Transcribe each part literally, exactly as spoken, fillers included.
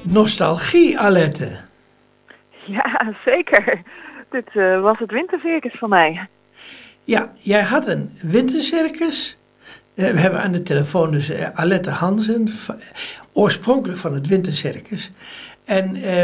Nostalgie, Alette. Ja, zeker. Dit uh, was het wintercircus voor mij. Ja, jij had een wintercircus. Uh, we hebben aan de telefoon dus uh, Alette Hansen, v- oorspronkelijk van het wintercircus. En uh,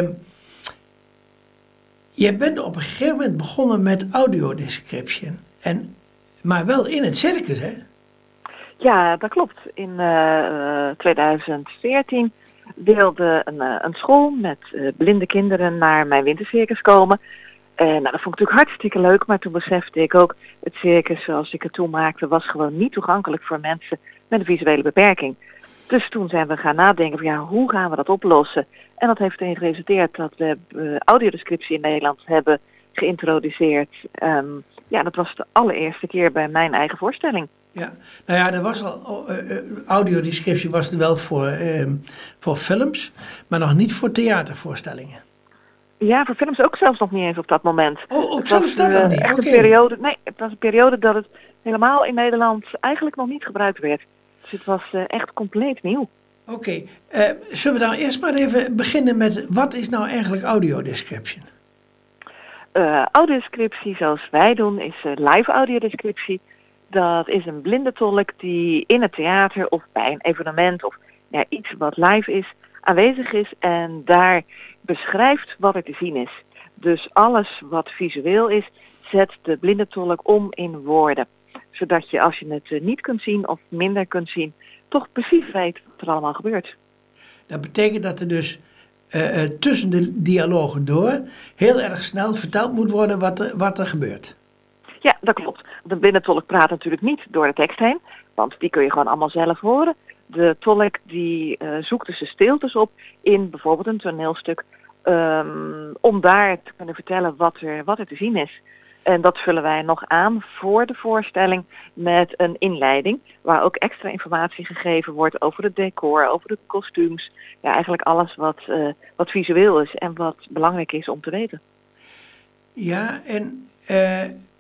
jij bent op een gegeven moment begonnen met audiodescription. En, maar wel in het circus, hè? Ja, dat klopt. In uh, twintig veertien wilde een, uh, een school met uh, blinde kinderen naar mijn wintercircus komen. Uh, nou, dat vond ik natuurlijk hartstikke leuk, maar toen besefte ik ook, het circus zoals ik het toen maakte was gewoon niet toegankelijk voor mensen met een visuele beperking. Dus toen zijn we gaan nadenken van ja, hoe gaan we dat oplossen? En dat heeft erin geresulteerd dat we uh, audiodescriptie in Nederland hebben geïntroduceerd. Um, ja, dat was de allereerste keer bij mijn eigen voorstelling. Ja, nou ja, er was al, uh, uh, audiodescriptie was er wel voor, uh, voor films, maar nog niet voor theatervoorstellingen. Ja, voor films ook zelfs nog niet eens op dat moment. Oh, ook het zelfs was, dat uh, nog niet? Echt Oké. een periode, nee, het was een periode dat het helemaal in Nederland eigenlijk nog niet gebruikt werd. Dus het was uh, echt compleet nieuw. Oké, okay. uh, zullen we dan eerst maar even beginnen met wat is nou eigenlijk audiodescription? Uh, audiodescriptie zoals wij doen is uh, live audiodescriptie. Dat is een blinde tolk die in het theater of bij een evenement of ja, iets wat live is aanwezig is en daar beschrijft wat er te zien is. Dus alles wat visueel is, zet de blinde tolk om in woorden. Zodat je als je het uh, niet kunt zien of minder kunt zien, toch precies weet wat er allemaal gebeurt. Dat betekent dat er dus uh, uh, tussen de dialogen door heel erg snel verteld moet worden wat er, wat er gebeurt. Ja, dat klopt. De blinde tolk praat natuurlijk niet door de tekst heen, want die kun je gewoon allemaal zelf horen. De tolk die uh, zoekt dus de stiltes op in bijvoorbeeld een toneelstuk, um, om daar te kunnen vertellen wat er, wat er te zien is. En dat vullen wij nog aan voor de voorstelling met een inleiding, waar ook extra informatie gegeven wordt over het decor, over de kostuums. Ja, eigenlijk alles wat, uh, wat visueel is en wat belangrijk is om te weten. Ja, en uh,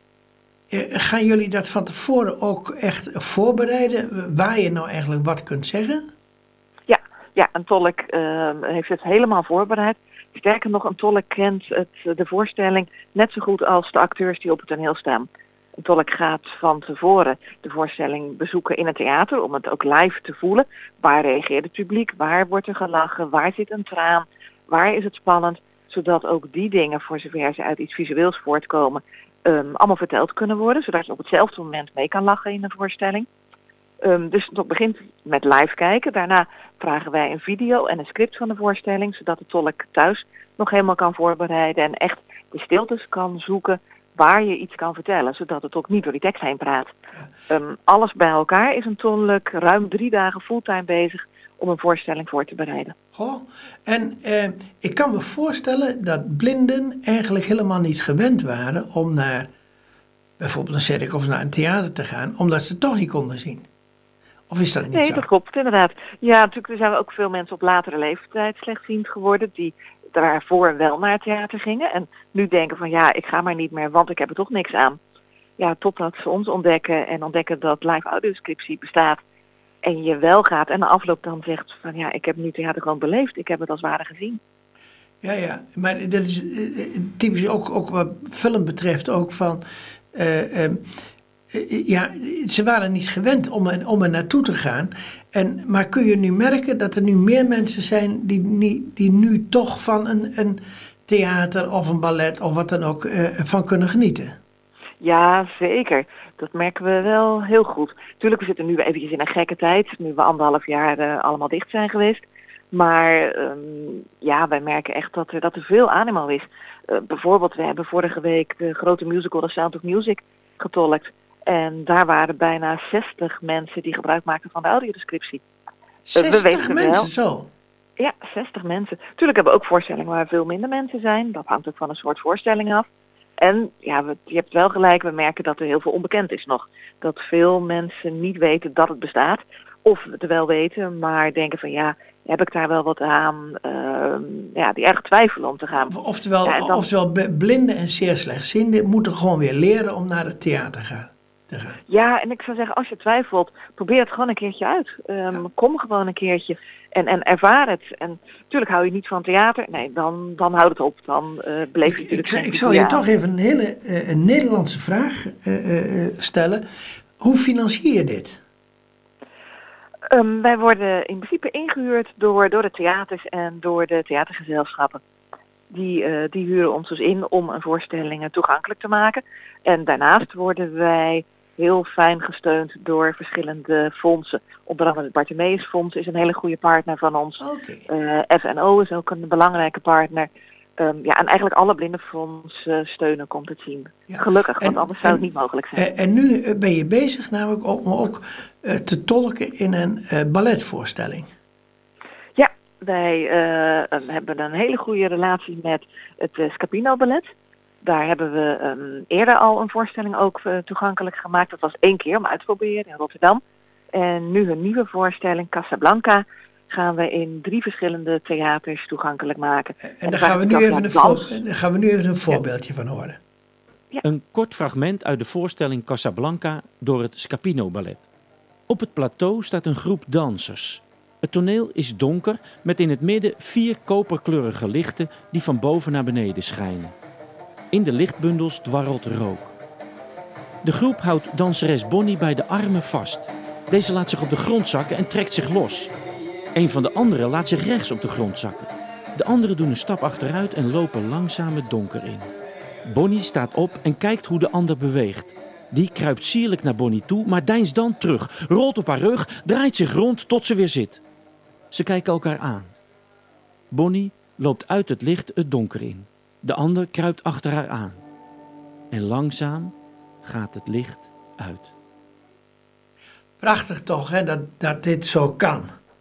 gaan jullie dat van tevoren ook echt voorbereiden, waar je nou eigenlijk wat kunt zeggen? Ja, ja een tolk uh, heeft het helemaal voorbereid. Sterker nog, een tolk kent het, de voorstelling net zo goed als de acteurs die op het toneel staan. Een tolk gaat van tevoren de voorstelling bezoeken in het theater om het ook live te voelen. Waar reageert het publiek? Waar wordt er gelachen? Waar zit een traan? Waar is het spannend? Zodat ook die dingen, voor zover ze uit iets visueels voortkomen, um, allemaal verteld kunnen worden. Zodat je op hetzelfde moment mee kan lachen in de voorstelling. Um, dus het begint met live kijken. Daarna vragen wij een video en een script van de voorstelling, zodat de tolk thuis nog helemaal kan voorbereiden en echt de stiltes kan zoeken waar je iets kan vertellen, zodat het ook niet door die tekst heen praat. Um, alles bij elkaar is een tolk ruim drie dagen fulltime bezig om een voorstelling voor te bereiden. Goh, en eh, ik kan me voorstellen dat blinden eigenlijk helemaal niet gewend waren om naar bijvoorbeeld een circus of naar een theater te gaan, omdat ze het toch niet konden zien. Of is dat niet nee, zo? Nee, dat klopt inderdaad. Ja, natuurlijk er zijn we ook veel mensen op latere leeftijd slechtziend geworden die daarvoor wel naar het theater gingen en nu denken van ja, ik ga maar niet meer, want ik heb er toch niks aan. Ja, totdat ze ons ontdekken en ontdekken dat live audiodescriptie bestaat en je wel gaat en na afloop dan zegt van ja, ik heb nu theater gewoon beleefd, ik heb het als ware gezien. Ja, ja, maar dat is uh, typisch ook, ook wat film betreft ook van Uh, um, Ja, ze waren niet gewend om er, om er naartoe te gaan. En, maar kun je nu merken dat er nu meer mensen zijn die, die, die nu toch van een, een theater of een ballet of wat dan ook uh, van kunnen genieten? Ja, zeker. Dat merken we wel heel goed. Tuurlijk, we zitten nu eventjes in een gekke tijd, nu we anderhalf jaar uh, allemaal dicht zijn geweest. Maar um, ja, wij merken echt dat er, dat er veel animo is. Uh, bijvoorbeeld, we hebben vorige week de grote musical The Sound of Music getolkt. En daar waren bijna zestig mensen die gebruik maakten van de audiodescriptie. zestig mensen zo? Ja, zestig mensen. Tuurlijk hebben we ook voorstellingen waar veel minder mensen zijn. Dat hangt ook van een soort voorstelling af. En ja, we, je hebt wel gelijk, we merken dat er heel veel onbekend is nog. Dat veel mensen niet weten dat het bestaat. Of het wel weten, maar denken van ja, heb ik daar wel wat aan? Uh, ja, die erg twijfelen om te gaan. Oftewel, ja, dan... oftewel blinden en zeer slechtzienden moeten gewoon weer leren om naar het theater te gaan. te gaan. Ja, en ik zou zeggen, als je twijfelt, probeer het gewoon een keertje uit. Um, ja. Kom gewoon een keertje en, en ervaar het. En natuurlijk hou je niet van theater. Nee, dan, dan houd het op. Dan uh, beleef je ik, natuurlijk ik, ik zal je aan. toch even een hele uh, een Nederlandse vraag uh, uh, stellen. Hoe financier je dit? Um, wij worden in principe ingehuurd door, door de theaters en door de theatergezelschappen. Die, uh, die huren ons dus in om een voorstelling toegankelijk te maken. En daarnaast worden wij heel fijn gesteund door verschillende fondsen. Onder andere het Bartimeus Fonds is een hele goede partner van ons. Okay. Uh, F N O is ook een belangrijke partner. Um, ja, en eigenlijk alle blindenfondsen steunen komt het zien. Ja. Gelukkig, want en, anders zou en, het niet mogelijk zijn. En, en nu ben je bezig namelijk om ook uh, te tolken in een uh, balletvoorstelling. Ja, wij uh, hebben een hele goede relatie met het uh, Scapino Ballet. Daar hebben we um, eerder al een voorstelling ook uh, toegankelijk gemaakt. Dat was één keer om uit te proberen in Rotterdam. En nu een nieuwe voorstelling, Casablanca, gaan we in drie verschillende theaters toegankelijk maken. En, en daar, gaan we, nu even een voor, daar gaan we nu even een voorbeeldje ja. van horen. Ja. Een kort fragment uit de voorstelling Casablanca door het Scapino Ballet. Op het plateau staat een groep dansers. Het toneel is donker met in het midden vier koperkleurige lichten die van boven naar beneden schijnen. In de lichtbundels dwarrelt rook. De groep houdt danseres Bonnie bij de armen vast. Deze laat zich op de grond zakken en trekt zich los. Een van de anderen laat zich rechts op de grond zakken. De anderen doen een stap achteruit en lopen langzaam het donker in. Bonnie staat op en kijkt hoe de ander beweegt. Die kruipt sierlijk naar Bonnie toe, maar deinst dan terug, rolt op haar rug, draait zich rond tot ze weer zit. Ze kijken elkaar aan. Bonnie loopt uit het licht het donker in. De ander kruipt achter haar aan. En langzaam gaat het licht uit. Prachtig toch, hè, dat, dat dit zo kan.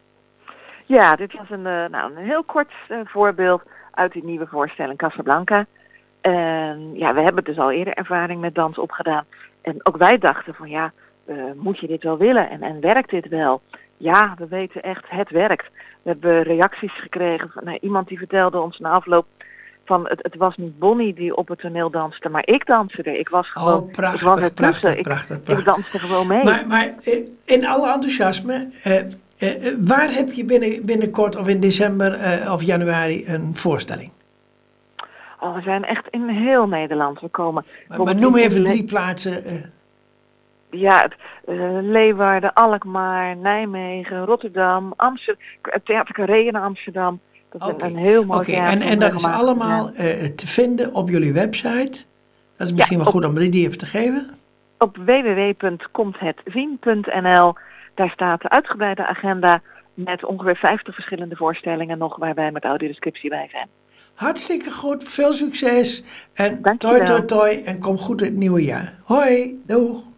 Ja, dit was een, uh, nou, een heel kort uh, voorbeeld uit die nieuwe voorstelling Casablanca. En ja, we hebben dus al eerder ervaring met dans opgedaan. En ook wij dachten van ja, uh, moet je dit wel willen en, en werkt dit wel? Ja, we weten echt, het werkt. We hebben reacties gekregen van nou, iemand die vertelde ons na afloop van het, het was niet Bonnie die op het toneel danste, maar ik danste er. Ik was gewoon, oh, prachtig, ik was er prachtig, tussen. prachtig, ik, prachtig. ik danste gewoon mee. Maar, maar in alle enthousiasme, uh, uh, waar heb je binnen, binnenkort of in december uh, of januari een voorstelling? Oh, we zijn echt in heel Nederland. We komen. Maar, maar noem even Le- drie plaatsen. Uh. Ja, het, uh, Leeuwarden, Alkmaar, Nijmegen, Rotterdam, Amsterdam, Theater Carré in Amsterdam. Dat is okay. een, een heel mooi okay. En, en dat is allemaal uh, te vinden op jullie website. Dat is misschien ja, wel op, goed om die even te geven. Op w w w punt komt het zien punt n l. Daar staat de uitgebreide agenda met ongeveer vijftig verschillende voorstellingen nog waar wij met audiodescriptie bij zijn. Hartstikke goed, veel succes en toi toi toi en kom goed in het nieuwe jaar. Hoi, doeg!